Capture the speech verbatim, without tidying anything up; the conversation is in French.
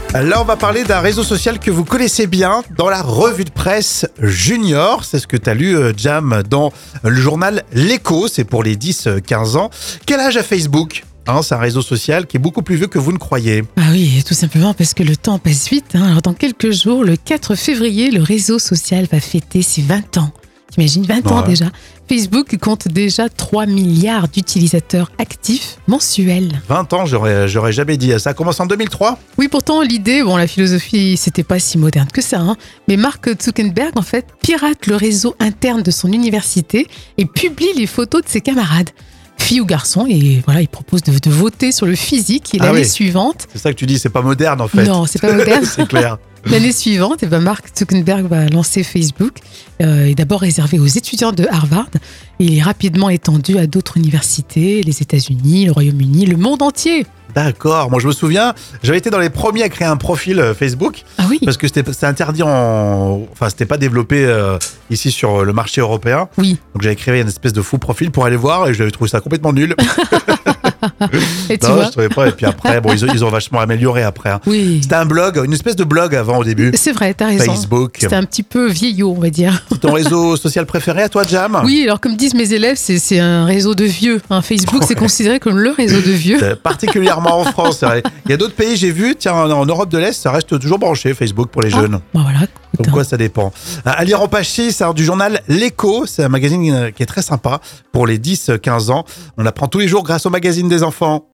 Là, on va parler d'un réseau social que vous connaissez bien dans la revue de presse Junior. C'est ce que tu as lu, euh, Jam, dans le journal L'Écho. C'est pour les dix quinze ans. Quel âge a Facebook ? Hein, c'est un réseau social qui est beaucoup plus vieux que vous ne croyez. Ah oui, tout simplement parce que le temps passe vite. Hein. Alors, dans quelques jours, le quatre février, le réseau social va fêter ses vingt ans. T'imagines, vingt ans Ouais. déjà. Facebook compte déjà trois milliards d'utilisateurs actifs mensuels. vingt ans, j'aurais, j'aurais jamais dit. Ça a commencé en deux mille trois ? Oui, pourtant, l'idée, bon, la philosophie, c'était pas si moderne que ça. Hein. Mais Mark Zuckerberg, en fait, pirate le réseau interne de son université et publie les photos de ses camarades, filles ou garçons. Et voilà, il propose de, de voter sur le physique. Et Ah l'année oui. suivante... C'est ça que tu dis, c'est pas moderne en fait. Non, c'est pas moderne. C'est clair. L'année suivante, eh ben Mark Zuckerberg va lancer Facebook. Euh, est d'abord réservé aux étudiants de Harvard. Et il est rapidement étendu à d'autres universités, les États-Unis, le Royaume-Uni, le monde entier. D'accord. Moi, je me souviens, j'avais été dans les premiers à créer un profil euh, Facebook. Ah oui, Parce que c'était, c'était interdit en... Enfin, c'était pas développé euh, ici sur le marché européen. oui. Donc j'avais créé une espèce de faux profil pour aller voir et j'avais trouvé ça complètement nul. Et tu non, vois je trouvais pas. Et puis après, bon, ils ont, ils ont vachement amélioré après. Hein. Oui, C'était un blog, une espèce de blog avant au début. c'est vrai, t'as raison. Facebook. C'était un petit peu vieillot, on va dire. Ton réseau social préféré à toi, Jam ? Oui, alors comme disent mes élèves, c'est, c'est un réseau de vieux. Hein. Facebook, c'est Ouais. considéré comme le réseau de vieux. Euh, Particulièrement en France, c'est vrai. Il y a d'autres pays, j'ai vu, tiens, en, en Europe de l'Est, ça reste toujours branché, Facebook pour les jeunes. Bon, voilà. écoute, Comme hein. quoi, ça dépend. Euh, À lire en page six, alors, du journal L'Écho. C'est un magazine euh, qui est très sympa pour les dix quinze ans. On apprend tous les jours grâce au magazine des enfants.